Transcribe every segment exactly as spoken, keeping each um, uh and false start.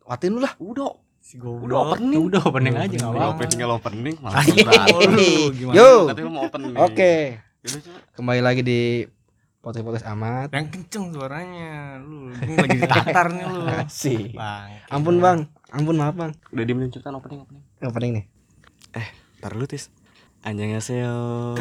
Watin lu lah. Udah. Si goblok. Udah opening. Udah opening aja enggak Udah apa-apa. opening tinggal opening Asik. langsung berakhir. Lu gimana? Yo. Katanya lu mau opening. Oke. Yaudah, coba. Kembali lagi di podcast-podcast amat. Yang kenceng suaranya. Lu ini lagi ditatar nih lu. Sih. Bang. Ampun bang, ampun maaf bang. Udah diem cepetan opening opening. Opening nih. Eh, tar lu Tis. Annyeonghaseyo.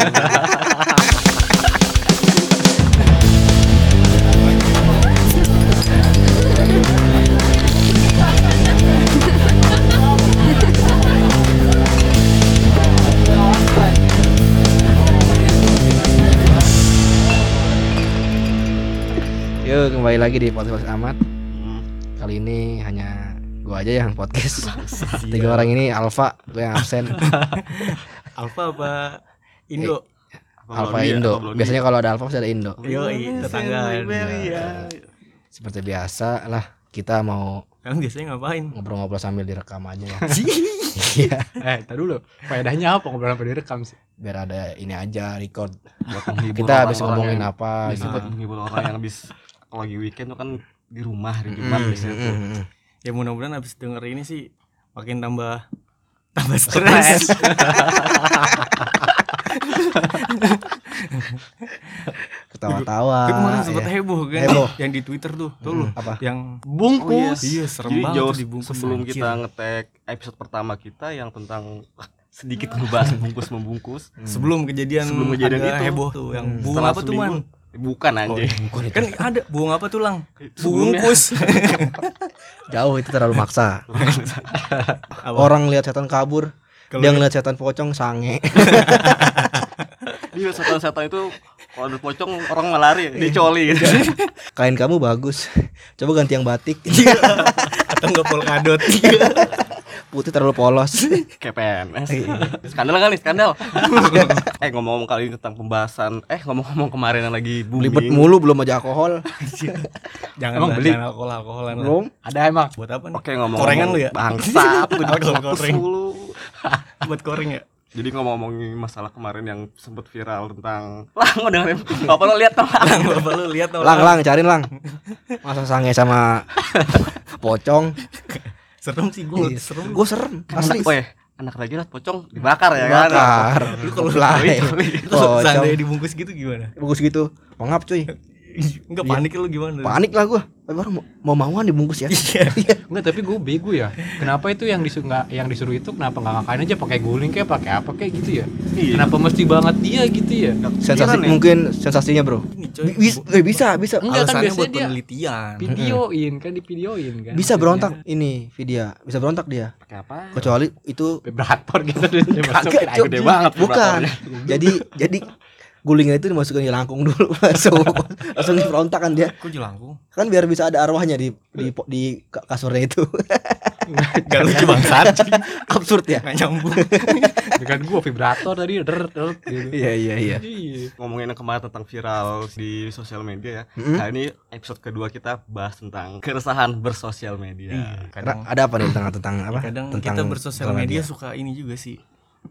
Yuk kembali lagi di podcast amat. Hmm. Kali ini hanya gua aja yang podcast. Tiga orang ini Alfa, gue yang absen. Alfa apa Indo? Alfa Indo. Biasanya kalau ada Alfa pasti ada Indo. Yo, tetangga. Seperti biasa lah, kita mau Kalian biasanya ngapain? ngobrol-ngobrol sambil direkam aja ya. Iya. Eh, tar dulu. Faedahnya apa ngobrol sampai direkam sih? Biar ada ini aja record. Buat menghibur Kita habis orang-orang ngomongin yang- apa Bisa gitu. buat menghibur orang yang habis kalau lagi weekend tuh kan di rumah di Jumat Mm, biasanya mm, tuh. mm. Ya mudah-mudahan abis denger ini sih makin tambah tambah stres. Ketawa-tawa. Gue kemarin sempet ya. heboh kan Heboh. yang di Twitter tuh, tuh lu Apa? yang Bungkus. iya serem Jadi banget jauh tuh dibungkus sebelum anjir. kita nge-tag episode pertama kita yang tentang sedikit ngebahas bungkus membungkus. sebelum kejadian Sebelum kejadian agak itu. heboh tuh yang Hmm. bunga Setelah apa tuh man? seminggu- Bukan anjing. Kan ada bunga apa tuh lang? Sebelumnya. Bungkus. Jauh itu terlalu maksa. Apa? Orang lihat setan kabur, Kalau dia ngeliat setan pocong sange. Iya, setan-setan itu kalau ada pocong orang malah lari, dia coli gitu. Kain kamu bagus. Coba ganti yang batik. atau enggak polkadot. Putih terlalu polos. Kayak P N S. Skandal kali, skandal. eh ngomong-ngomong kali ini tentang pembahasan, eh ngomong-ngomong kemarin yang lagi Libet booming. mulu belum aja alkohol. Jangan Emang lah, beli? jangan alkohol-alkoholan lah. Belum. Ada emang. Buat apa nih? Oke ngomong Korengan lu ya? Bangsat, gue Alkohol fokus goreng. mulu. Buat koreng ya? Jadi ngomong-ngomongin masalah kemarin yang sempet viral tentang Lang, mau dengerin apa lo lihat dong Lang, bapak lu lihat tau Lang lang cariin lang. Masa sange sama pocong. Serem sih gue, serem. Gue serem asli. Anak, weh, anak lagi liat pocong dibakar ya kan. Bakar. Lu kalau Fly. Kalau Pocong. seandainya dibungkus gitu gimana? Bagus gitu. Mangap cuy. Enggak panik lu gimana? Panik lah gue. Baru mau mau mauan dibungkus ya. Iya. Enggak, tapi gue bego ya. Kenapa itu yang disuruh nggak yang disuruh itu kenapa nggak ngakain aja pakai guling kayak pakai apa kayak gitu ya? Iya. Kenapa mesti banget dia gitu ya? Sensasi Pikiran ya? mungkin sensasinya bro. Ini coy. Bisa, eh, bisa, bisa. Enggak, kan Alasannya biasanya buat dia penelitian. Videoin kan divideoin kan. Bisa maksudnya. berontak ini video. Bisa berontak dia. Pakai apa? Kecuali itu Vibrator gitu dia Kagak, masukin Cok. Gede banget bukan. vibratornya. Jadi jadi gulingnya itu dimasukin di langkung dulu masuk. Langsung berontak kan dia. Kok jelangkung? Kan biar bisa ada arwahnya di di di ka- kasurnya itu. Gak lucu bangsat. Absurd ya. Gak nyambung. Dengan gue vibrator tadi der der gitu. Iya iya iya. Iya. Ngomongin yang kemarin tentang viral di sosial media ya. Mm-hmm. Nah ini episode kedua kita bahas tentang keresahan bersosial media. Iya, kadang Ra- Ada apa nih tentang tentang apa? kadang tentang kita bersosial media suka ini juga sih.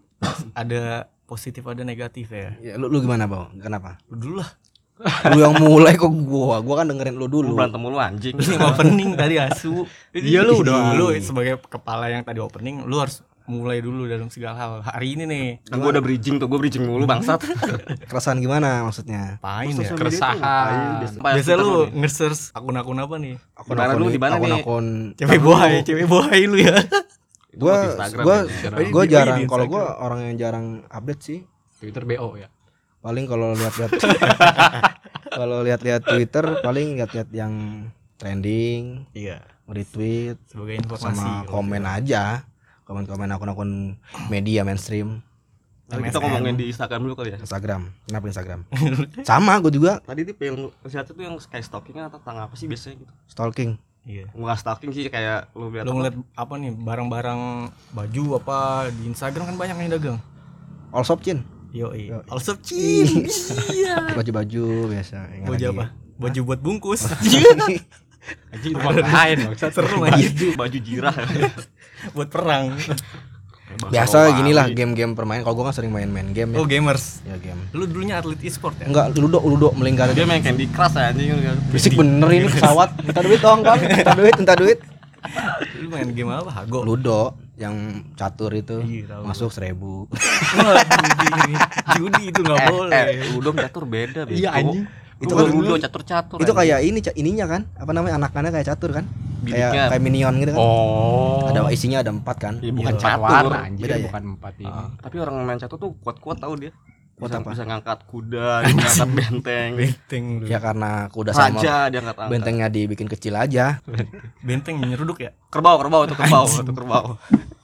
Ada positif ada negatif ya. Ya, lu, lu gimana, Bang? Kenapa? Lu dulu lah. Lu yang mulai kok gua. Gua kan dengerin lu Lu dulu. berantem mulu anjing. Ini opening tadi asu. Iya, lu udah. Lu sebagai kepala yang tadi opening, lu harus mulai dulu dalam segala hal. Hari ini nih, Kan gua udah bridging tuh, gua bridging mulu bangsat. Keresahan gimana maksudnya? apain ya? Sosial media tuh Keresahan. ngapain? Biasa- Biasa Twitter lu nih. nge-search akun-akun apa nih? Gimana lu, di mana nih? akun Cewek bohai, cewek bohai lu ya. Itu gua di Instagram gua ya. Oh, gua di- jarang di kalau Instagram. gua orang yang jarang update sih. Twitter B O ya. Paling kalau lihat-lihat kalau lihat-lihat Twitter paling lihat-lihat yang trending, Iya, retweet sebagai informasi. sama komen aja. Komen-komen akun-akun media mainstream. Nah, kita ngomongin di Instagram dulu kali ya. Instagram. Kenapa Instagram? Sama gue juga Tadi tuh yang lihat tuh yang kayak stalking atau tentang apa sih biasanya gitu. stalking. Iya. Enggak stalking sih kayak lu lihat Lu apa? ngeliat apa nih barang-barang baju apa di Instagram kan banyak yang dagang. All shop Cin. Yo, Yoi. iya. Also cin. Iya. Baju-baju biasa. Yang Baju lagi- apa? Baju buat bungkus. Anjing rumah kain maksud. Seru aja. baju baju jirah. Buat perang. Biasa gini lah game-game permainan. Kalau gue kan sering main-main game ya. Oh, gamers. Ya game. Lu dulunya atlet e-sport ya? Enggak, ludo ludo melingkar. Dia main Candy Crush ya anjing. Fisik bener ini pesawat. Minta duit dong, Bang. Minta duit, minta duit. Lu main game apa? Hago. Ludo yang catur itu Iya, tahu masuk seribu. Wah, judi. Judi itu enggak Eh, boleh. eh, Ludo catur beda, bego. Iya, anjing. Itu Itu kan kan Ludo dulu- catur-catur. Itu anjing. kayak ini Ca- ininya kan? Apa namanya? Anak-anaknya kayak catur kan? Bibitnya. Kayak kayak minion gitu kan. Oh. Ada isinya ada empat kan? Iya, bukan Iya. empat catur. warna anjir, Beda ya? bukan empat ini. Ah, tapi orang main catur tuh kuat-kuat tahu dia. Kuat Bisa, apa? bisa ngangkat kuda, ngangkat benteng. Benteng lu. Ya karena kuda sama Raja dia angkat-angkat. bentengnya dibikin kecil aja. Benteng nyeruduk ya. Kerbau, kerbau itu kerbau, itu kerbau.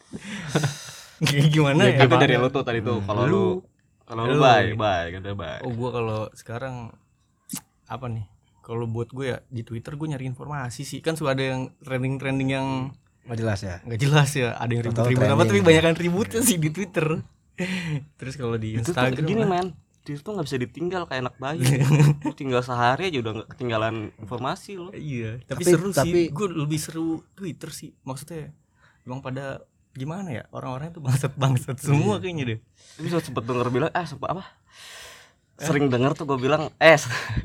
Kayak gimana ya? Itu dari lu tuh tadi tuh. Kalau lu kalau lu Lu. bye, bye, kan udah bye. Oh, gua kalau sekarang apa nih? Kalau buat gue ya di Twitter gue nyari informasi sih. Kan suka ada yang trending-trending yang Nggak jelas ya. nggak jelas ya. Ada yang Tahu-tahu ribut-ribut apa trending. tapi banyakan ributnya sih di Twitter. Terus kalau di Itu tuh Instagram gini, lah. man. Itu tuh nggak bisa ditinggal kayak anak bayi. Lu tinggal sehari aja udah nggak ketinggalan informasi lu. Iya, tapi, Tapi- seru tapi- sih. Gue lebih seru Twitter sih. Maksudnya emang pada gimana ya? Orang-orang itu bangsat-bangsat semua kayaknya deh. Tapi so- sempet denger bilang, eh sempet apa? Sering denger tuh gue bilang, eh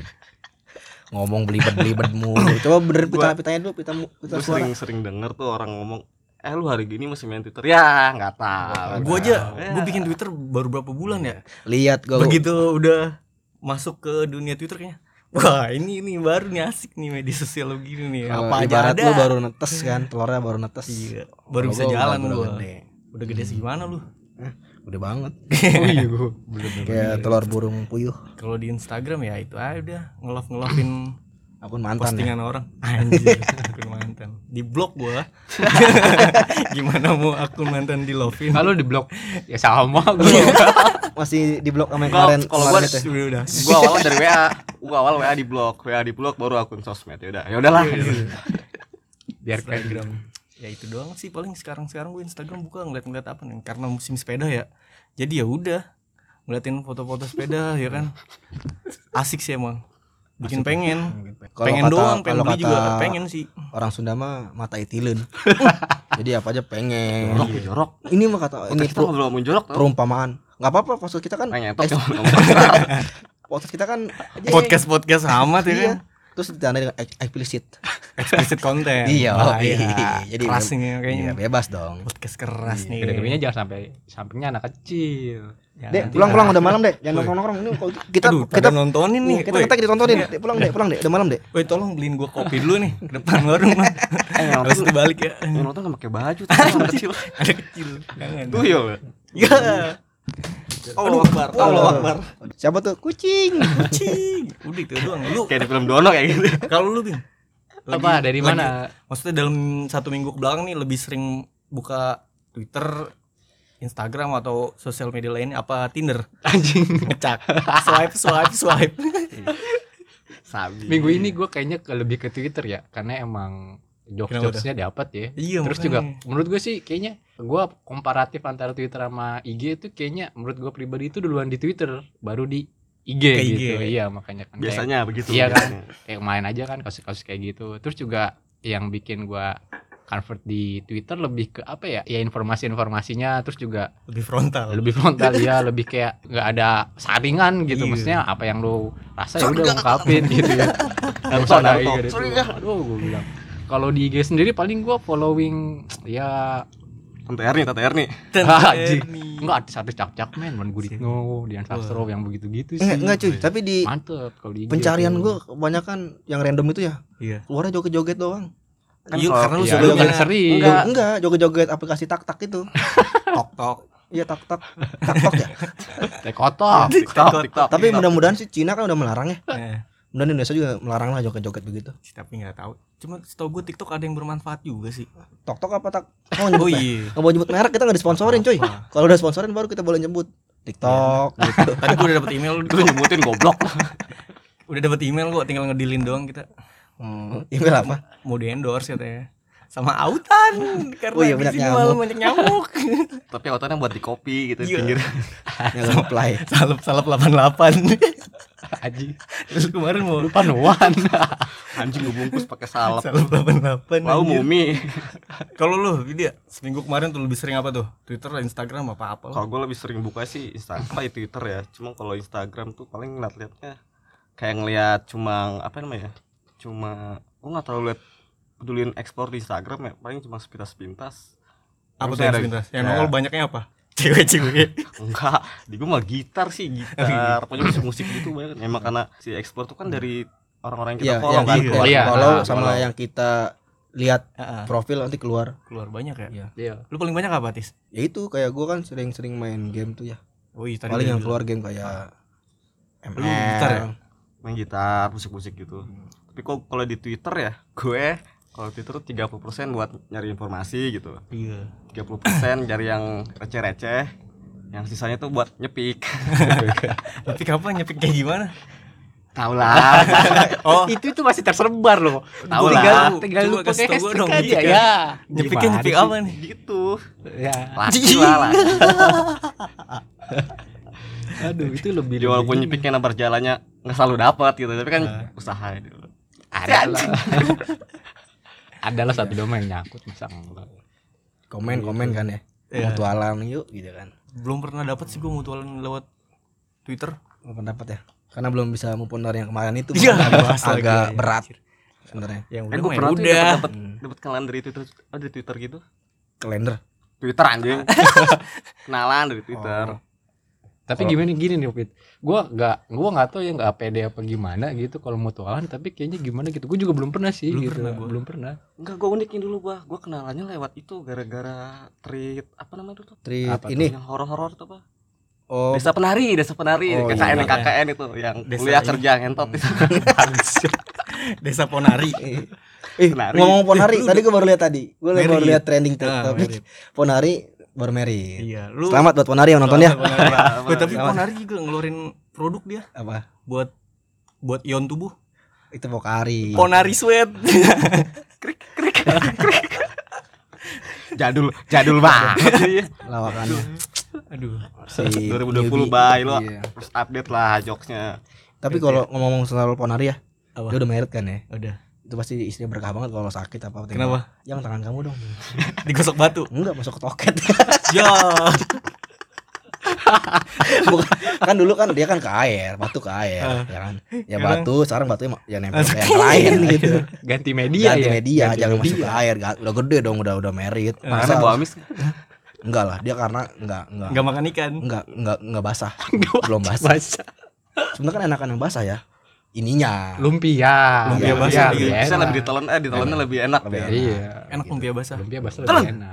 Ngomong belibet-belibet mulu. Coba bener pita pitanya dulu, pita mu- pita gue suara. sering sering denger tuh orang ngomong, eh lu hari gini masih main Twitter? Ya nggak tahu. Gue aja, Ya. gue bikin Twitter baru berapa bulan ya. Lihat gua Begitu udah masuk ke dunia Twitter kayaknya, wah ini ini baru nih asik nih media sosial begini nih. kalau Apa aja ibarat ada. lu baru netes kan, telurnya baru netes. Iya, baru Kalau bisa gua jalan udah- gua. udah gede. Udah gede segimana lu? Udah banget. Oh iya gua bener-bener. Kayak telur burung puyuh. Kalau di Instagram ya itu aja udah ngelove-ngelovein Akun mantan. Ya? postingan orang. Anjir, akun mantan. Di blok gua. Gimana mau akun mantan di lovein? Kalau di blok ya sama gua. Masih di blok sama yang Kalau- kemarin. kalau kemarin gua itu. Udah udah. Gue awalnya dari W A, gue awal W A di blok, W A di blok baru akun sosmed. Ya udah, ya udahlah. Biar kayak Instagram. Ya itu doang sih paling sekarang-sekarang gue Instagram buka ngeliat-ngeliat apa nih karena musim sepeda ya. Jadi ya udah ngeliatin foto-foto sepeda ya kan. Asik sih emang. Bikin pengen. Kalau pengen kata- doang, pengen kalau beli juga kata pengen sih. Orang Sunda mah mata itileun. Jadi apa aja pengen. Jorok, ya, jorok. Ini mah kata Ini ini kita per- ngobrol ngomongin jorok tau. perumpamaan. Enggak apa-apa, maksud kita kan Pengen ngetok eh, ngomong. podcast kita kan aja, Podcast-podcast amat ya kan. iya. Terus ditandai dengan ek- eksplisit. Explicit content. Iya, Wah, iya. iya. Jadi keras nih Iya, kayaknya. bebas dong. Podcast keras nih. gede-gedenya jangan sampai sampingnya anak kecil. Ya, Dek, nanti pulang-pulang lah. udah malam, Dek. Jangan nongkrong-nongkrong. Ini kok kita Aduh, kita pada nontonin nih. kita Woi. ngetek ditontonin. Dek, pulang, Dek, pulang, Dek. Udah malam, Dek. Woi, tolong beliin gua kopi dulu nih ke depan warung. Eh, yang Harus nonton, dibalik ya. yang nonton nggak pakai baju tuh anak kecil. Ada kecil. Jangan. Tuh yo. Ya. Allah Akbar, Allah Akbar. Siapa tuh? Kucing. Kucing. Udah itu doang. Lu Kayak di film Dono kayak gitu. kalau lu Bing Apa, dari lagi- mana? Maksudnya dalam satu minggu ke belakang nih lebih sering buka Twitter, Instagram atau sosial media lainnya apa Tinder? Anjing. Ngecak. Swipe swipe swipe. Sabi. Minggu ini gue kayaknya ke, lebih ke Twitter ya, karena emang jokes-jokesnya dapat ya. Iya, Terus makanya. juga menurut gue sih kayaknya gue komparatif antara Twitter sama I G itu kayaknya menurut gue pribadi itu duluan di Twitter, baru di I G Ke I G. gitu. Iya makanya kan. kayak- Biasanya begitu. Iya kan, biasanya. kayak main aja kan kasus-kasus kayak gitu. Terus juga yang bikin gue convert di Twitter lebih ke apa ya? Ya informasi-informasinya, terus juga Lebih frontal. lebih frontal ya, lebih kayak nggak ada saringan gitu. Iya. Maksudnya apa yang lu rasa ya udah ungkapin gitu ya. Nggak Naruto, usah ada Naruto. gitu. Sorry ya. Aduh, gue bilang. Kalau di I G sendiri paling gue following ya T T R nih, T T R nih. haji. Enggak ada satu cak-cak men, Man Guritno, Dian Sastro yang begitu-gitu sih. Enggak, enggak cuy, tapi di Mantep kalau di I G. pencarian tuh. gua kebanyakan yang random itu ya. Iya. Keluarnya joget-joget doang. Kan Iya, kalau- karena lu Iya, sudah lu kan punya- sering. Enggak, enggak, joget-joget aplikasi tak-tak itu. tok-tok. Iya, tak-tak. Tak-tok ya. Teh kotok. TikTok, TikTok. Tapi mudah-mudahan sih Cina kan udah melarang ya. Eh, Mudah-mudahan Indonesia juga melarang lah joget-joget begitu. tapi nggak tahu. Cuma setahu gue TikTok ada yang bermanfaat juga sih. Tok-tok apa tak? Oh, nyebut Oh merek. iya. Nggak mau nyebut merek, kita nggak disponsorin cuy. Apa? Kalau udah sponsorin baru kita boleh nyebut TikTok gitu. Tadi gue udah dapet email, Lu nyebutin goblok. udah dapet email kok, tinggal ngedilin doang kita. Hmm, email apa? Mau di endorse katanya. Sama autan karena Oh iya, di banyak sini nyamuk. malah banyak nyamuk. Tapi otaknya buat di kopi gitu di Iya. pinggir. Yang apply. salep salep delapan delapan. Aji. Terus kemarin mau Lupa nuan. Anjing gue bungkus pakai salep. salep delapan delapan. Lalu anjir. mumi. Kalau lu dia seminggu kemarin tuh lebih sering apa tuh? Twitter, Instagram apa apa? Kalau gue lebih sering buka sih Instagram, apa ya, Twitter ya. Cuma kalau Instagram tuh paling ngeliat-liatnya kayak ngeliat cuma apa namanya? Cuma gue nggak terlalu liat pedulin ekspor di Instagram ya paling cuma sepintas-sepintas. Apa tuh Maksudnya yang ada- sepintas? Yang ya, nongol banyaknya apa? Cewek-cewek. Enggak, di gua mah gitar sih, gitar. Pokoknya musik-musik gitu banyak. Emang karena si ekspor tuh kan dari orang-orang yang kita Iya, follow yang kan. di Iya. Iya. follow Nah, sama follow. yang kita lihat Heeh. profil nanti keluar. Keluar banyak ya? Iya. Iya. Lu paling banyak apa, Tis? Ya itu kayak gua kan sering-sering main game tuh ya. Oh iya tadi Paling udah yang bilang. keluar game kayak Lu gitar ya? M L. Main gitar, musik-musik gitu. Tapi kok kalau di Twitter ya, gue kalau Twitter tuh tiga puluh persen buat nyari informasi gitu. Iya. tiga puluh persen cari yang receh-receh. Yang sisanya tuh buat nyepik. Tapi kapan nyepik kayak gimana? Tahu lah. Oh, Itu itu masih tersebar loh. Tahu tinggal lah. tinggal Coba lu kasih pakai tau gua hashtag dong, aja nyepik ya. nyepiknya Gimana nyepik sih? apa nih? Gitu. Ya. Laki lah lah. Aduh, itu lebih Jadi walaupun nyepiknya nomor jalannya nggak selalu dapat gitu, tapi kan usaha itu. ada lah. Adalah satu domain nyangkut masa enggak. Komen-komen kan ya. Iya. Mutualan yuk gitu kan. Belum pernah dapat sih gua mutualan lewat Twitter. Belum pendapat ya. Karena belum bisa move on dari yang kemarin itu. Iya, agak, bahas lagi, agak ya. berat sebenarnya. Yang Eh udah gue mah pernah ya tuh udah. dapat dapat kenalan dari Twitter, oh, dari Twitter gitu. Kalender. Twitter anjing. Kenalan dari Twitter. Oh. Tapi gimana gini nih, Fit. Gua enggak gua enggak tahu ya enggak pede apa gimana gitu kalau mutualan, tapi kayaknya gimana gitu. Gua juga belum pernah sih Belum gitu. pernah gua. Belum pernah. Enggak, gue unikin dulu gua. Gua kenalannya lewat itu gara-gara tweet apa namanya itu tuh? Tweet Apa tuh? ini. Yang horor-horor tuh apa? Oh, Desa Penari, Desa Penari, Oh, K K N iya. K K N itu yang Desa kuliah ini. kerja ngentot itu. Desa Ponari. eh Ponari. ngomong Ponari, tadi gue baru lihat tadi. Gue baru Merit. lihat trending Ah, topik merit. Ponari baru merit. Iya, lu Selamat buat Ponari yang nonton ya. Wah, tapi Selamat. Ponari juga ngeluarin produk dia Apa? buat buat ion tubuh. Itu Pokari. Ponari Sweat. Jadul, jadul banget sih. Lawakannya. Aduh. Si dua ribu dua puluh newbie. bye lo Iya. terus update lah jokesnya. Tapi kalau ngomong soal Ponari ya, Apa? dia udah merit kan ya. Udah. Itu pasti istrinya berkah banget kalau sakit apa apa. Kenapa? Yang tangan kamu dong. Digosok batu. Enggak masuk ke toket. Ya. Bukan, kan dulu kan dia kan ke air, batu ke air, ya kan. Ya Sekarang- batu, sekarang batunya ma- ya nempel ke yang lain gitu. Ganti media Ganti ya. media, Ganti jangan media. masuk ke air. Ga- Udah gede dong, udah udah merit. Mana Bu Amis? Enggak lah, dia karena enggak enggak Enggak makan ikan. enggak enggak enggak basah. Belum basah. Basah. Sebenarnya kan enakan yang basah ya. Ininya. Lumpia. Lumpia Iya, basah, lebih iya. Bisa enak. lebih ditelan, eh ditelannya lebih enak. Lebih ya. enak. Iya. Enak lumpia basah. Lumpia basah lebih enak.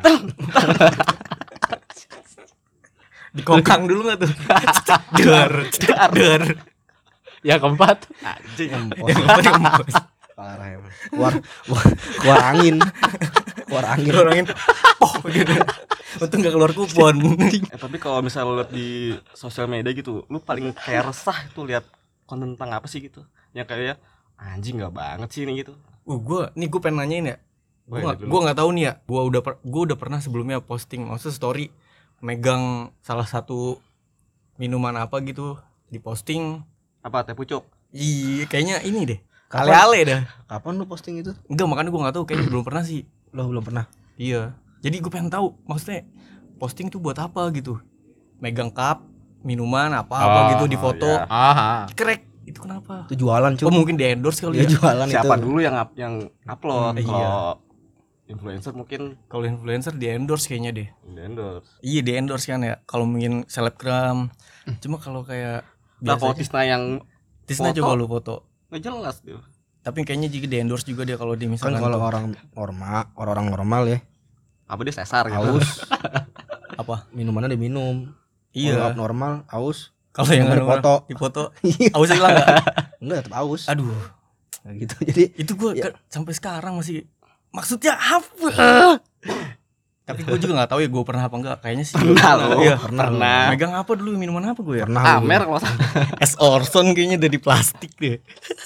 Dikongkang dulu enggak tuh? Der. Der. Yang keempat, Anjing. Ngempos. Yang apa yang ngempos? Parah emang. Keluar, keluar, keluar angin. Keluar angin. Orangin. Oh, gitu. Untung enggak keluar kupon. Eh tapi kalau misalnya lu lihat di sosial media gitu, lu paling kayak resah tuh lihat konten tentang apa sih gitu? Yang kayak anjing nggak banget sih ini gitu. Uh, gua nih gua pengen nanyain ya. Gua Boleh nggak dulu. gua nggak tahu nih ya. Gua udah per, gua udah pernah sebelumnya posting maksudnya story megang salah satu minuman apa gitu diposting. Apa teh pucuk? Iya, kayaknya ini deh. Kapan? Ale-ale dah. Kapan lu posting itu? Enggak, makanya gua nggak tahu kayaknya belum pernah sih. Lo belum pernah. Iya. Jadi gue pengen tahu maksudnya posting tuh buat apa gitu. Megang cup, minuman apa-apa Oh, gitu di foto. iya. aha. Krek. Itu kenapa? Itu jualan Oh, cuy. mungkin di endorse kali Dia ya. jualan Siapa itu. dulu yang up, yang upload? Hmm, iya. Kalau influencer mungkin Kalau influencer di endorse kayaknya deh. di endorse. Iya, di endorse kan ya. Kalau mungkin selebgram. Cuma kalau kayak Nah kalau biasanya Tisna yang Tisna foto. coba lu foto. nggak jelas tuh. Tapi kayaknya juga di endorse juga dia kalau di Kan misalkan kalau tuh. orang normal, orang normal ya, Apa dia sesar gitu? haus, apa? minumannya diminum. Kalau Iya. abnormal, haus. Kalau yang Nomor anu- foto. di foto Iya. haus hilang enggak? Enggak, tetap haus. Aduh, Nah, gitu. Jadi itu gue Ya. sampai sekarang masih maksudnya apa? Tapi gue juga nggak tahu ya gue pernah apa enggak. Kayaknya sih. Pernah loh. Iya, pernah. Pernah. Megang apa dulu minuman apa gue ya? pernah lu. Amer kalau salah. Es Orson kayaknya dari plastik deh.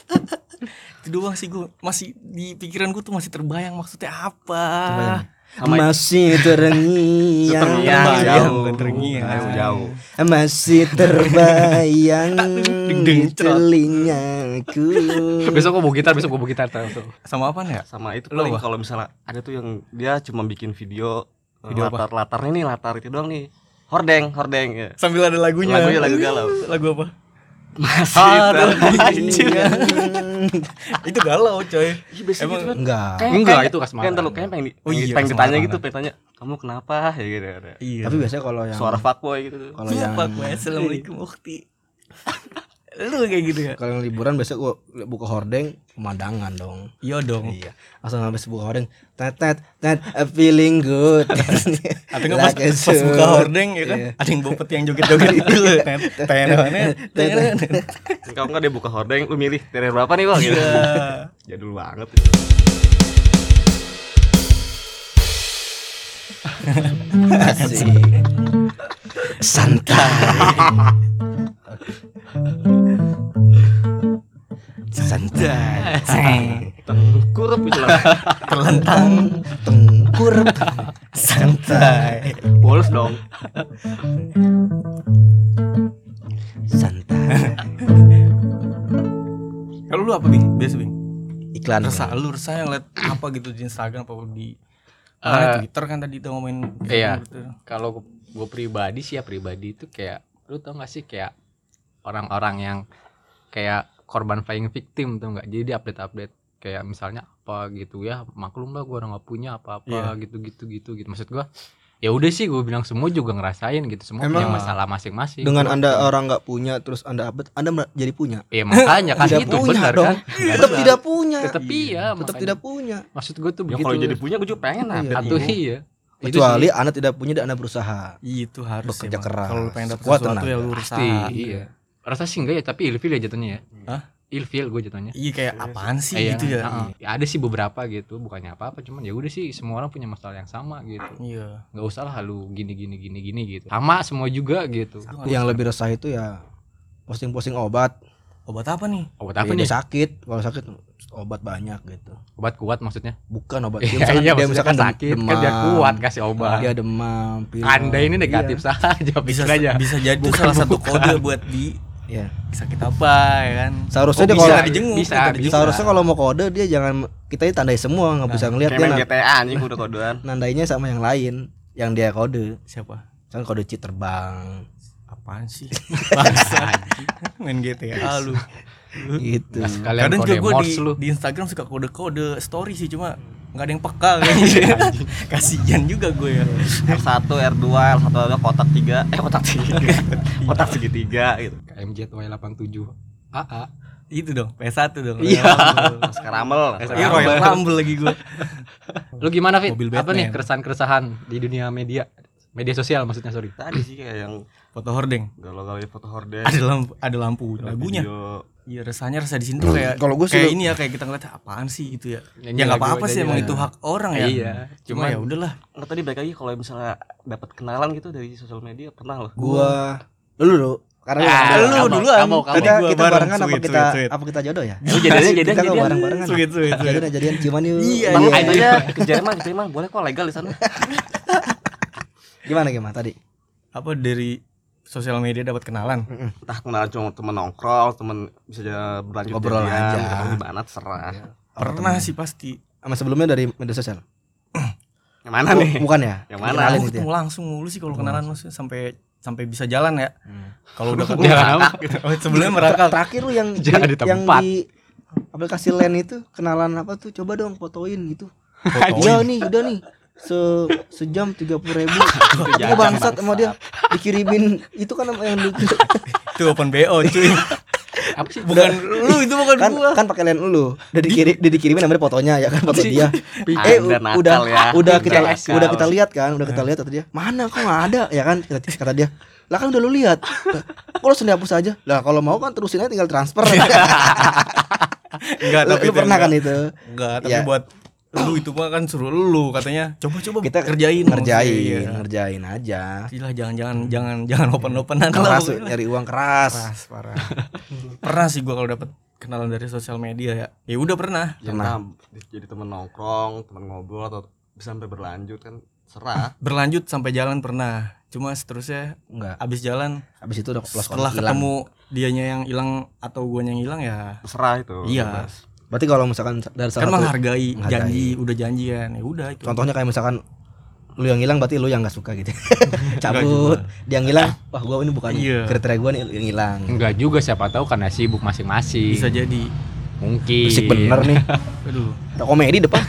Itu doang sih gue masih di pikiran gue tuh masih terbayang maksudnya apa. Terbayang. Sama Masih terngiang. Terbayang, Terbayang, jauh. bukan terngiang. Jauh, jauh. Masih terbayang ding, di ding, cerot. telingaku. Besok gua bawa gitar, besok gua bawa gitar tuh. Sama apa ya? Sama itu Lo paling apa? kalau misalnya ada tuh yang dia cuma bikin video, Video apa? latar latar ini latar itu doang nih. Hordeng, hordeng ya. Sambil ada lagunya. Lagunya lagu galau. Lagu apa? Masih Aduh, anjing. Itu galau coy. Iya biasa Emang gitu kan. Enggak. Kayak- Enggak, kayak- itu kasmaran. Kayak ntar lu kayak pengen, di- Oh iya, pengen ditanya kasmaran. gitu, pengen tanya kamu kenapa ya gitu. Ada. Iya. Tapi biasanya kalau yang Suara fuckboy gitu. kalau yang Pak gue assalamualaikum Ukti. Lu kayak gitu ya? kalau yang liburan biasanya gua buka hordeng pemandangan dong. Iya dong. Iya. Langsung habis buka hordeng, tet tet tet uh, feeling good. Tapi nggak pas, Like a pas buka sword. hordeng ya kan, Iya. ada yang bopet yang joget-joget itu. Tenet, tenet. Kalau enggak dia buka hordeng, lu milih dari berapa nih bang? Gitu. Iya. Jadul banget. Asik. Santai. Santai. Tengkurap gitu lah. Terlentang, Tengkurap. santai. Bolos dong. Santai. Kalau lu apa Bing? Biasa Bing? Iklan. Resah, lu resah yang liat apa gitu di Instagram apa di Eh, uh, Twitter kan tadi tuh ngomongin Iya. gitu. Kalau gue pribadi sih ya pribadi itu kayak lu tau gak sih kayak orang-orang yang kayak korban flying victim tuh nggak, jadi dia update-update kayak misalnya apa gitu ya, maklum lah gue orang nggak punya apa-apa Iya. gitu gitu gitu gitu maksud gue ya udah sih gue bilang semua juga ngerasain gitu, semua Emang punya masalah masing-masing. Dengan Anda orang nggak punya terus Anda update, Anda mer- jadi punya. ya makanya kan Tidak itu punya benar dong. kan. Tetap tidak punya. Tetap iya, Tetap makanya. tidak punya. Maksud gue tuh Ya begitu. kalau jadi punya gue juga pengen Iya. update. Atau iya. Itu Kecuali sih. Anda tidak punya dan Anda berusaha. Itu harus Bekerja emang. keras. Kalau lu pengen dapet Kuat sesuatu tenaga. ya lu usaha. Pasti, iya. Rasa sih enggak ya, tapi ilfil ya jatuhnya ya. Hah? Ilfil gue jatuhnya. Iya kayak apaan sih Iya, gitu ya. heeh. Ya ada sih beberapa gitu, bukannya apa-apa, cuman ya udah sih semua orang punya masalah yang sama gitu. Iya. Nggak usah lah lu gini gini gini gini gitu. Sama semua juga gitu. Yang lebih resah itu ya posting-posting obat. Obat apa nih? Obat apa Dia nih? sakit, kalau sakit obat banyak gitu. Obat kuat maksudnya? Bukan obat. Iya, Dia misalkan, iya, dia maksudnya misalkan kan sakit kan dia kuat kasih obat. Dia demam, pilek. Anda ini negatif Iya. saja, Bisa pikir aja. bisa jadi tuh Bukan, salah satu bukan. kode buat di Iya. sakit apa ya kan. Seharusnya Oh, dia bisa kalau dijenguk, bisa, bisa, bisa. seharusnya kalau mau kode dia jangan kita tandai semua, nggak bisa ngelihat Kayak dia main na- G T A anjing udah kodean. nandainya sama yang lain yang dia kode. Siapa? Kan kode cheat terbang Apaan sih? Bangsa. Main G T A lu. gitu. Nah, sekalian Kadang kode juga gue di, Morse lu. di Instagram suka kode-kode story sih, cuma nggak ada yang peka kayaknya. Kasian juga gue ya. R satu, R dua, R satu ada kotak tiga, eh kotak tiga, kotak segitiga gitu. K M J Y delapan tujuh A A. Itu dong, P satu dong. Iya. Karamel. Iya, Royal Rumble lagi gue. Lu gimana Fit? Mobil Apa nih Batman. keresahan-keresahan di dunia media? Media sosial maksudnya, sorry. Tadi sih kayak yang Foto hordeng. galau-galau foto horden. Ada lampu, ada lampu lagunya. Video. Iya, resahnya rasa di sini tuh kayak Kalau gue sih kayak lu- ini ya, kayak kita ngeliat apaan sih gitu ya. Nyanyi Ya nggak lagu apa-apa aja sih, emang dia. itu hak orang ya. Iya, Cuma cuman- ya udahlah. Nggak, tadi balik lagi kalau misalnya dapat kenalan gitu dari sosial media pernah loh. Gua dulu dulu karena Ah, gua- lu kamu, duluan. kamu, kamu. Tadi kita gua kita bareng, barengan apa sweet, kita sweet, sweet. apa kita jodoh ya? Lu jadian jadian Kita nggak jadian. bareng barengan. Sweet, sweet, sweet. Jadian jadian ciuman yuk. Iya, Bang iya. aja ke Jerman, ke Jerman boleh kok legal di sana. Gimana gimana tadi? Apa dari sosial media dapat kenalan? Entah kenalan cuma temen nongkrong, temen bisa aja berlanjut Ngobrol jadian, aja. ketemu di mana terserah. Pernah sih pasti. Sama sebelumnya dari media sosial. Yang mana nih? Bukan ya? Yang mana? Kenalin Aku gitu ya? ketemu langsung mulu sih kalau kenalan maksudnya sampai sampai bisa jalan ya. Hmm. Kalau udah Jalan ketemu apa? Oh, sebelumnya merangkal. Terakhir lu yang Jangan di, di yang tempat. di aplikasi Len itu kenalan apa tuh? Coba dong fotoin gitu. Fotoin. Iya nih, udah nih. Se sejam tiga puluh ribu. Gue bangsat sama dia dikirimin itu kan sama yang di- Itu open B O cuy. Apa sih? Bukan lu, itu bukan kan gua. kan pakai Len lu. Udah dikirim udah dikirimin namanya fotonya ya kan foto dia. Eh Anda u- nakal udah ya. udah kita Nakal. udah kita lihat kan, udah kita lihat kata dia. Mana kok nggak ada ya kan kata, kata dia. Lah kan udah lu lihat. Kok lu sendiri hapus aja? Lah kalau mau kan terusin aja tinggal transfer. Enggak, lu, tapi lu pernah kan itu? Enggak, tapi Ya. buat lu itu mah kan suruh lu katanya. Coba-coba Kita kerjain ngerjain, maksudnya. ngerjain aja. Gila, jangan-jangan jangan jangan open-openan Keras lah. nyari uang keras. Keras parah. Pernah sih gua kalau dapet kenalan dari sosial media ya. Ya udah pernah. Ya, entah jadi temen nongkrong, temen ngobrol atau bisa sampai berlanjut kan serah. Berlanjut sampai jalan pernah. Cuma seterusnya Enggak. abis jalan Habis itu udah lost setelah kontak, hilang. ketemu dianya yang hilang atau guanya yang hilang ya Terserah itu. Iya. bebas. Berarti kalau misalkan dari kan salah satu menghargai, menghargai. janji, udah janji kan. Ya udah itu. contohnya kayak misalkan lu yang hilang berarti lu yang nggak suka gitu. Cabut, dia yang hilang, wah gua ini bukan Iya. kriteria gua nih, lu yang hilang. Enggak juga, siapa tahu karena sibuk masing-masing. Bisa jadi. Mungkin. Berisik bener nih. Aduh. Ada komedi depan.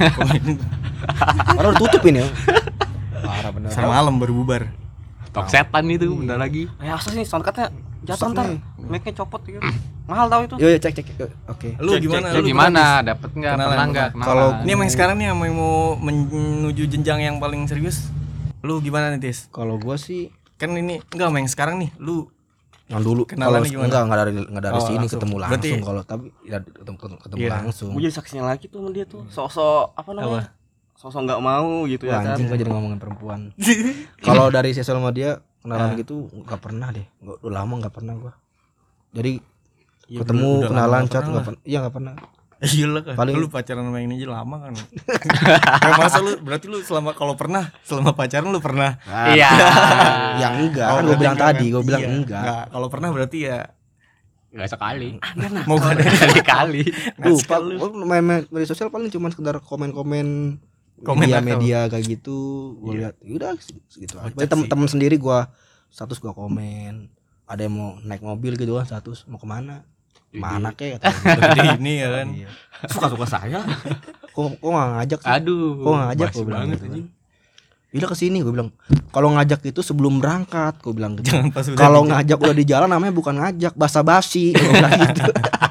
Padahal udah tutup ini. Parah bener. Sampai malam baru bubar. Tok setan itu bentar lagi. Ya asal sih soundcardnya jatuh Rusak ntar nih. mic-nya copot gitu. Mahal tau itu. Yo, yo cek cek. Yo, Oke. Lu Cek, gimana? cek, Lu Lu gimana? Dapat enggak? Kenalan, Pernah enggak? pernah. Kalau Ini yang sekarang nih yang mau menuju jenjang yang paling serius. Lu gimana nih, Tis? Kalau gua sih Kan ini enggak main sekarang nih. Lu yang dulu Kenalan kalau nih gimana? enggak enggak dari enggak dari Oh, sini langsung. ketemu langsung Berarti- kalau tapi ya ketemu, ketemu Iya. langsung. Gue jadi saksinya lagi tuh sama dia tuh. Sosok apa namanya? Sosok nggak mau gitu Wah, ya kan. anjing gua jadi ngomongin perempuan. Kalau dari sosial media kenalan gitu nggak pernah deh. Gua udah lama nggak pernah gua. Jadi Ya, ketemu udah- udah lama kenalan nggak chat pernah nggak lah. pernah. Iya nggak pernah. Iya lah kan. Paling- Lu pacaran sama ini aja lama kan. Ya, masa lu berarti lu selama kalau pernah selama pacaran lu pernah. Iya. Yang enggak Oh, kan gua berarti bilang enggak tadi, kan? gua bilang Iya, enggak. Kalau pernah berarti ya Enggak sekali. mau ada Kali-kali. Lupa, gua main main media sosial paling cuma sekedar komen-komen Komen media-media kayak gitu. Gua lihat, yaudah segitu aja. Kocak Temen-temen sendiri gua status gua komen. Ada yang mau naik mobil gitu kan status mau kemana? Mana kek kata gua. Gede ini ya kan. Iya. Suka-suka saya. Kok kok enggak ngajak sih? Aduh. Kok nggak ngajak basi gua bilang banget gitu anjing. kan. Udah kesini gue bilang. Kalau ngajak itu sebelum berangkat gue bilang gitu. Jangan pas udah Kalau di- ngajak udah di jalan namanya bukan ngajak, basa-basi. Gua bilang gitu.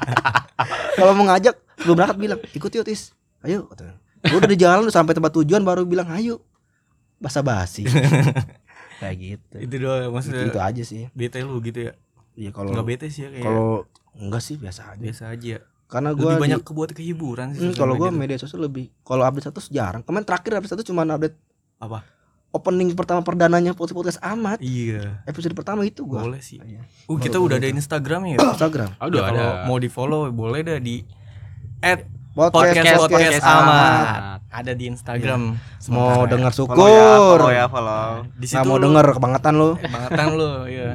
Kalau mau ngajak sebelum berangkat bilang, "Ikut yuk, Tis." Ayo katanya. Gua udah di jalan udah sampai tempat tujuan baru bilang, "Ayo." Basa-basi. Kayak gitu. Itu doang maksudnya. Itu, itu aja sih. Bete lu gitu ya. Iya kalau Enggak bete sih ya kayak kalau enggak sih biasa aja. biasa aja. Karena Lebih gua di- banyak kebuat kehiburan sih. Hmm, sosial kalau gua media tuh. media sosial lebih kalau update status jarang. Kemarin terakhir update status cuma update Apa? opening pertama perdananya podcast podcast amat. Iya. Episode pertama itu gua. Boleh sih. Iya. Uh, kita udah ada Instagramnya ya. Instagram. Aduh, Ya, kalau ada. mau di follow boleh dah di at Podcast podcast, podcast, podcast amat. amat. Ada di Instagram. Mau Sementara dengar Follow ya, syukur. follow ya, follow. di Nggak situ mau lu- denger kebangetan lu. Bangetan lu, iya.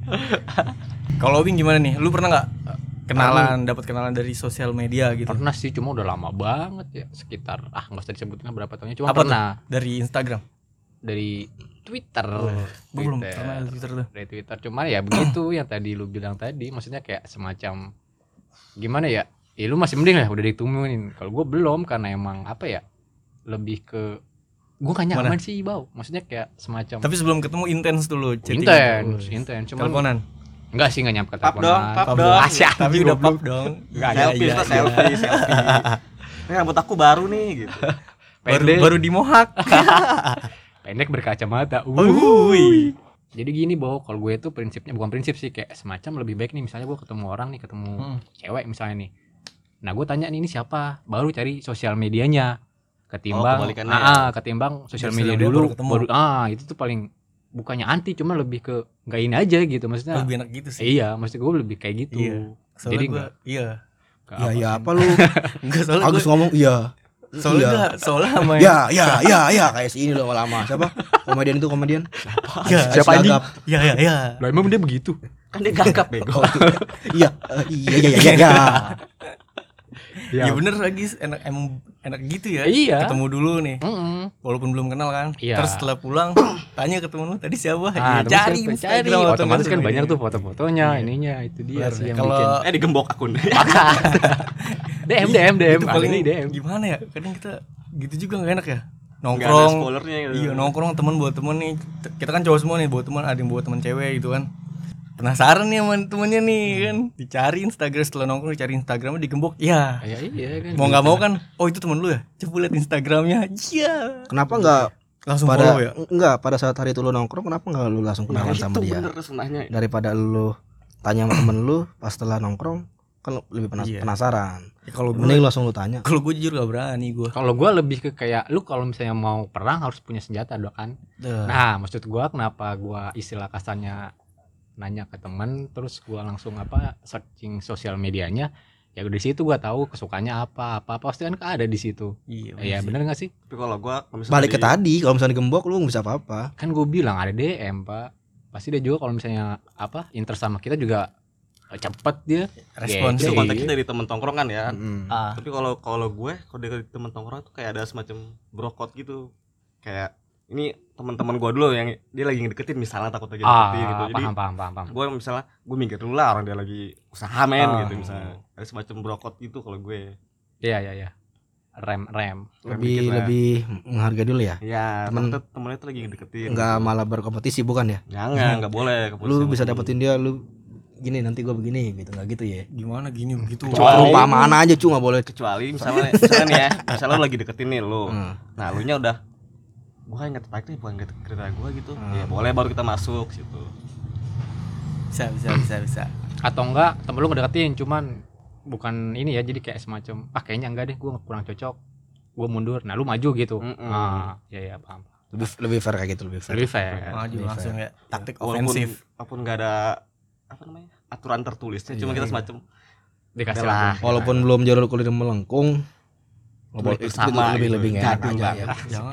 Kalau Bing gimana nih? Lu pernah nggak kenalan, dapat kenalan dari sosial media gitu? Pernah sih, cuma udah lama banget ya, sekitar ah nggak usah disebutin lah berapa tahunnya, cuma Apa pernah Dari Instagram. dari Twitter. Gua belum Twitter. pernah di Twitter tuh. Dari Twitter, cuma ya begitu yang tadi lu bilang tadi, maksudnya kayak semacam gimana ya? Ya lu masih mending lah udah ditemuin. Kalau gue belum karena emang apa ya? Lebih ke gue gak nyaman Mana? sih bau. Maksudnya kayak semacam Tapi sebelum ketemu intens dulu chatting. intens, intens. Cuman Teleponan. enggak sih, enggak nyampe ke Pap dong, teleponan. pap Pap dong. dong. Asyik, Tapi udah pap dong. Enggak, Iya, Selfie, iya, suka iya. selfie, selfie. Ini rambut aku baru nih gitu. Baru Pendek. baru di mohak. Pendek berkacamata. Wuih. Jadi gini, Bo, kalau gue tuh prinsipnya bukan prinsip sih, kayak semacam lebih baik nih misalnya gue ketemu orang nih, ketemu Hmm. cewek misalnya nih. Nah, gue tanya nih ini siapa? Baru cari sosial medianya. Ketimbang Oh, kebalikannya ah, ya. ah, ketimbang sosial Sosial media media dulu baru ketemu. baru ah itu tuh paling bukannya anti, cuma lebih ke enggak ini aja gitu maksudnya. Lebih enak gitu sih. Iya, maksud gue lebih kayak gitu. Iya. Soalnya Jadi gua enggak iya. Ya ya apa lu? Enggak soalnya Agus gua, ngomong iya. soalnya Iya. enggak, soalnya sama Ya ya ya ya kayak si ini loh lama. Siapa? Komedian itu komedian. Ya, Siapa anjing? Ya ya ya. Lah emang dia begitu. Kan dia gagap bego. Oh, itu. Iya, eh, iya iya iya iya. Ya, bener lagi enak emang enak gitu ya. Iya. Ketemu dulu nih. Heeh. Walaupun belum kenal kan. Iya. Terus setelah pulang tanya ketemu lu tadi siapa? Ah, Ya, terus cari siapa? Instagram cari. atau Otomatis sosial kan media. banyak tuh foto-fotonya, ininya itu dia Bener. sih yang Kalau bikin. Eh digembok akun. D M D M D M itu ada paling nih D M. gimana ya? Kadang kita gitu juga nggak enak ya. Nggak ada Nongkrong. spoilernya gitu. Iya, nongkrong temen buat temen nih. Kita kan cowok semua nih, buat temen, ada yang buat temen cewek gitu kan. Penasaran nih sama temennya nih kan. Dicari Instagram, setelah nongkrong dicari Instagramnya, digembok. Ya. Ya iya kan. Mau nggak mau kan, oh itu temen lu ya? Coba lihat Instagramnya. Iya. Kenapa enggak Langsung pada follow ya. enggak pada saat hari itu lu nongkrong kenapa enggak lu langsung Nah, kenalan itu sama dia? bener senahnya. Daripada lu tanya sama temen lu pas setelah nongkrong kan lu lebih penas- Iya. penasaran. Ya, kalau gue Mending lu langsung lu tanya. kalau gue jujur gak berani gue. Kalau gua lebih ke kayak lu kalau misalnya mau perang harus punya senjata dong kan. Nah, maksud gua kenapa gua istilah kasarnya nanya ke teman terus gua langsung apa searching sosial medianya, ya di situ gua tahu kesukaannya apa, apa pasti kan ada di situ. Iya. Iya, bener gak sih? Tapi kalau gua kalau misalnya Balik ke di- tadi, kalau misalnya digembok lu nggak bisa apa-apa. Kan gue bilang ada D M, Pak. Pasti dia juga kalau misalnya apa interest sama kita juga cepet dia. Respons itu Iya. konteksnya dari temen tongkrongan ya. Mm. Ah. Tapi kalau kalau gue kalau dari temen tongkrongan tuh kayak ada semacam brokot gitu. Kayak ini teman-teman gue dulu yang dia lagi ngedeketin misalnya takut lagi Ah, deketin gitu. Jadi paham paham paham paham. gue misalnya gue minggir dulu lah, orang dia lagi usaha men Ah. gitu misalnya. Ada semacam brokot gitu kalau gue. Iya iya iya. Rem rem. Rem Lebih dikit lah. lebih menghargai dulu ya. Ya, Temen- temen temennya tuh lagi ngedeketin. Enggak gitu. malah berkompetisi bukan ya? Jangan, enggak boleh. Lu keputusan bisa begini. dapetin dia, lu gini nanti gua begini gitu, enggak gitu ya. Gimana gini begitu. Kecuali- Perumpamaan aja cu, enggak boleh. Kecuali misalnya misalnya nih ya, misalnya lu lagi deketin nih lu. Hmm. Nah, lu nya udah gua kan nggak tertarik nih bukan kriteria gua gitu. Hmm. Ya boleh baru kita masuk situ. Bisa bisa bisa bisa. Atau enggak temen lu ngedeketin cuman bukan ini ya, jadi kayak semacam ah kayaknya enggak deh, gue kurang cocok, gue mundur, nah lu maju gitu. Mm-mm. Ah ya ya paham. Lebih lebih fair kayak gitu, lebih fair. Lebih fair. Maju Lebih langsung fair. ya. Taktik Walaupun ofensif. walaupun nggak ada apa namanya? Aturan tertulisnya, cuma Iya, kita iya. semacam Dikasih Bela. lah. Walaupun belum jalur kulit melengkung, nggak boleh itu Sama lebih gitu. lebih nggak Jadul aja banget. ya. Jangan.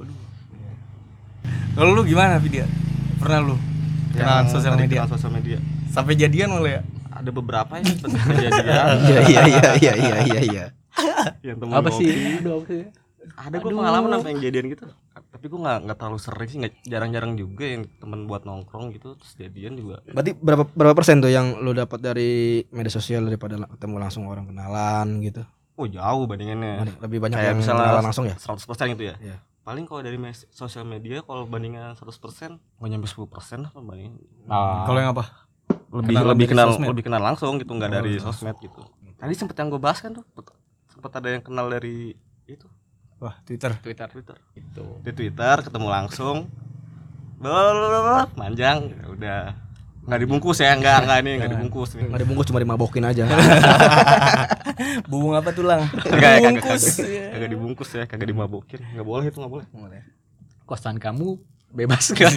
Kalau lu gimana Vidya? Pernah lu kenalan yang sosial tadi media? kenal sosial media. Sampai jadian malah ya? Ada beberapa yang kejadian Iya iya iya iya iya iya iya. yang temen Apa ngopi. sih? Aduh apa sih? Ada gue pengalaman sampai yang jadian gitu. Tapi gue nggak nggak terlalu sering sih, nggak jarang-jarang juga yang temen buat nongkrong gitu terus jadian juga. Berarti berapa berapa persen tuh yang lu dapat dari media sosial daripada la- ketemu langsung orang kenalan gitu? Oh jauh bandingannya. Lebih banyak Kayak yang misalnya kenalan langsung ya? seratus persen gitu ya. Iya. Paling kalau dari mes- sosial media kalau bandingan seratus persen nggak nyampe sepuluh persen lah bandingin. Ah. Kalau yang apa? Lebih Kenalan lebih dari kenal sosmed? lebih kenal langsung gitu, nggak Oh, dari iya. sosmed gitu. Tadi sempet yang gue bahas kan tuh, sempet ada yang kenal dari itu Wah, Twitter. Twitter Twitter. itu. Di Twitter ketemu langsung. Blablabla, manjang ya udah. Nggak dibungkus ya, enggak enggak ini enggak dibungkus nih. Nggak dibungkus, cuma dimabokin aja. Bubung apa tulang? Kagak ya, kagak, Bungkus. kagak, kagak dibungkus ya, kagak dimabokin. Enggak boleh itu, enggak boleh. Kosan kamu bebas gak?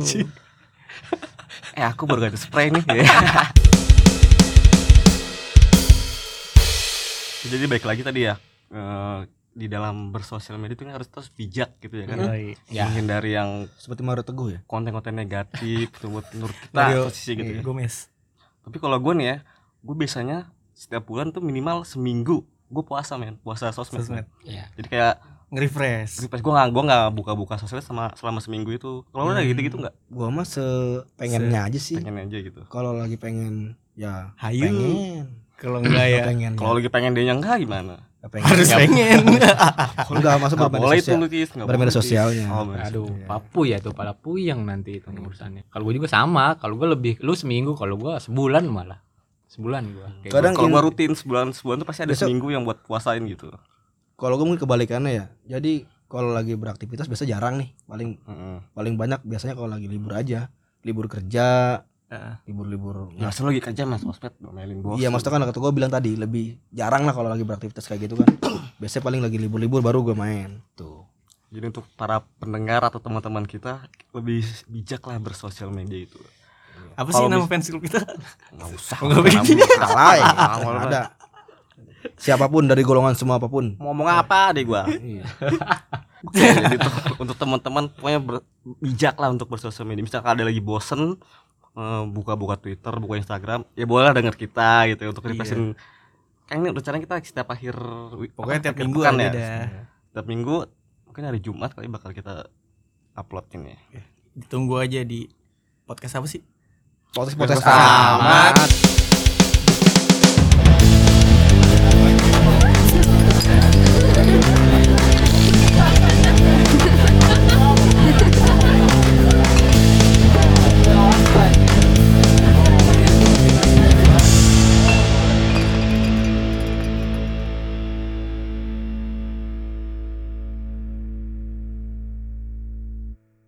Eh aku baru ganti spray nih. Jadi baik lagi tadi ya, eh, di dalam bersosial media itu kan harus terus bijak gitu ya kan. Ya. Menghindari yang Seperti Mario Teguh ya. konten-konten negatif itu buat menurut kita Mario posisi gitu ya. Gomez. Tapi kalau gue nih ya, gue biasanya setiap bulan tuh minimal seminggu gue puasa men, puasa sosmed. Sosmed. Iya. Jadi kayak Nge-refresh. refresh gue nggak gue nggak buka-buka sosmed sama selama seminggu itu. Kalau lu udah gitu-gitu nggak? Gua mah sepengennya aja sih. Pengen aja gitu. Kalau lagi pengen ya Hayu. pengen. Kalau enggak ya pengen. Kalau lagi pengen dia yang enggak gimana? ya, pengen. harus pengen. Enggak masuk Nggak bermedia boleh itu sosial. lu Tis, nggak Bermedia boleh, Tis. sosialnya. Oh, bener. Aduh, papu ya tuh, pala puyeng nanti itu urusannya. Kalau gue juga sama, kalau gue lebih lu seminggu, kalau gue sebulan malah. Sebulan gue. Kayak Kadang Kalau in- gua rutin sebulan sebulan tuh pasti ada Besok- seminggu yang buat puasain gitu. Kalau gue mungkin kebalikannya ya. Jadi kalau lagi beraktivitas biasa jarang nih. Paling Heeh. paling banyak biasanya kalau lagi libur aja. Libur kerja, Heeh. libur-libur. Ya, asal lagi kerja Mas sosmed ngomelin bos. Iya maksudnya kan kata gue bilang tadi lebih jarang lah kalau lagi beraktivitas kayak gitu kan. Biasanya paling lagi libur-libur baru gue main. Tuh. Jadi untuk para pendengar atau teman-teman kita lebih bijak lah bersosial media itu. Apa sih Kalau nama mis- fans club kita? Nggak usah. Nggak bikin. Salah ya. Nggak Ada. Siapapun dari golongan semua apapun. Mau ngomong apa deh gua? Iya. Oke, jadi tuh, untuk teman-teman pokoknya ber- bijak lah untuk bersosial media. Misalkan ada lagi bosen eh, buka-buka Twitter, buka Instagram, ya boleh lah denger kita gitu ya, untuk refreshin. Kan ini rencana kita setiap akhir wi- Pokoknya apa, tiap akhir minggu pekan ada ya. dah. Tiap minggu mungkin hari Jumat kali bakal kita uploadin ya. Ditunggu aja di podcast apa sih? Potes-potes Amat. amat.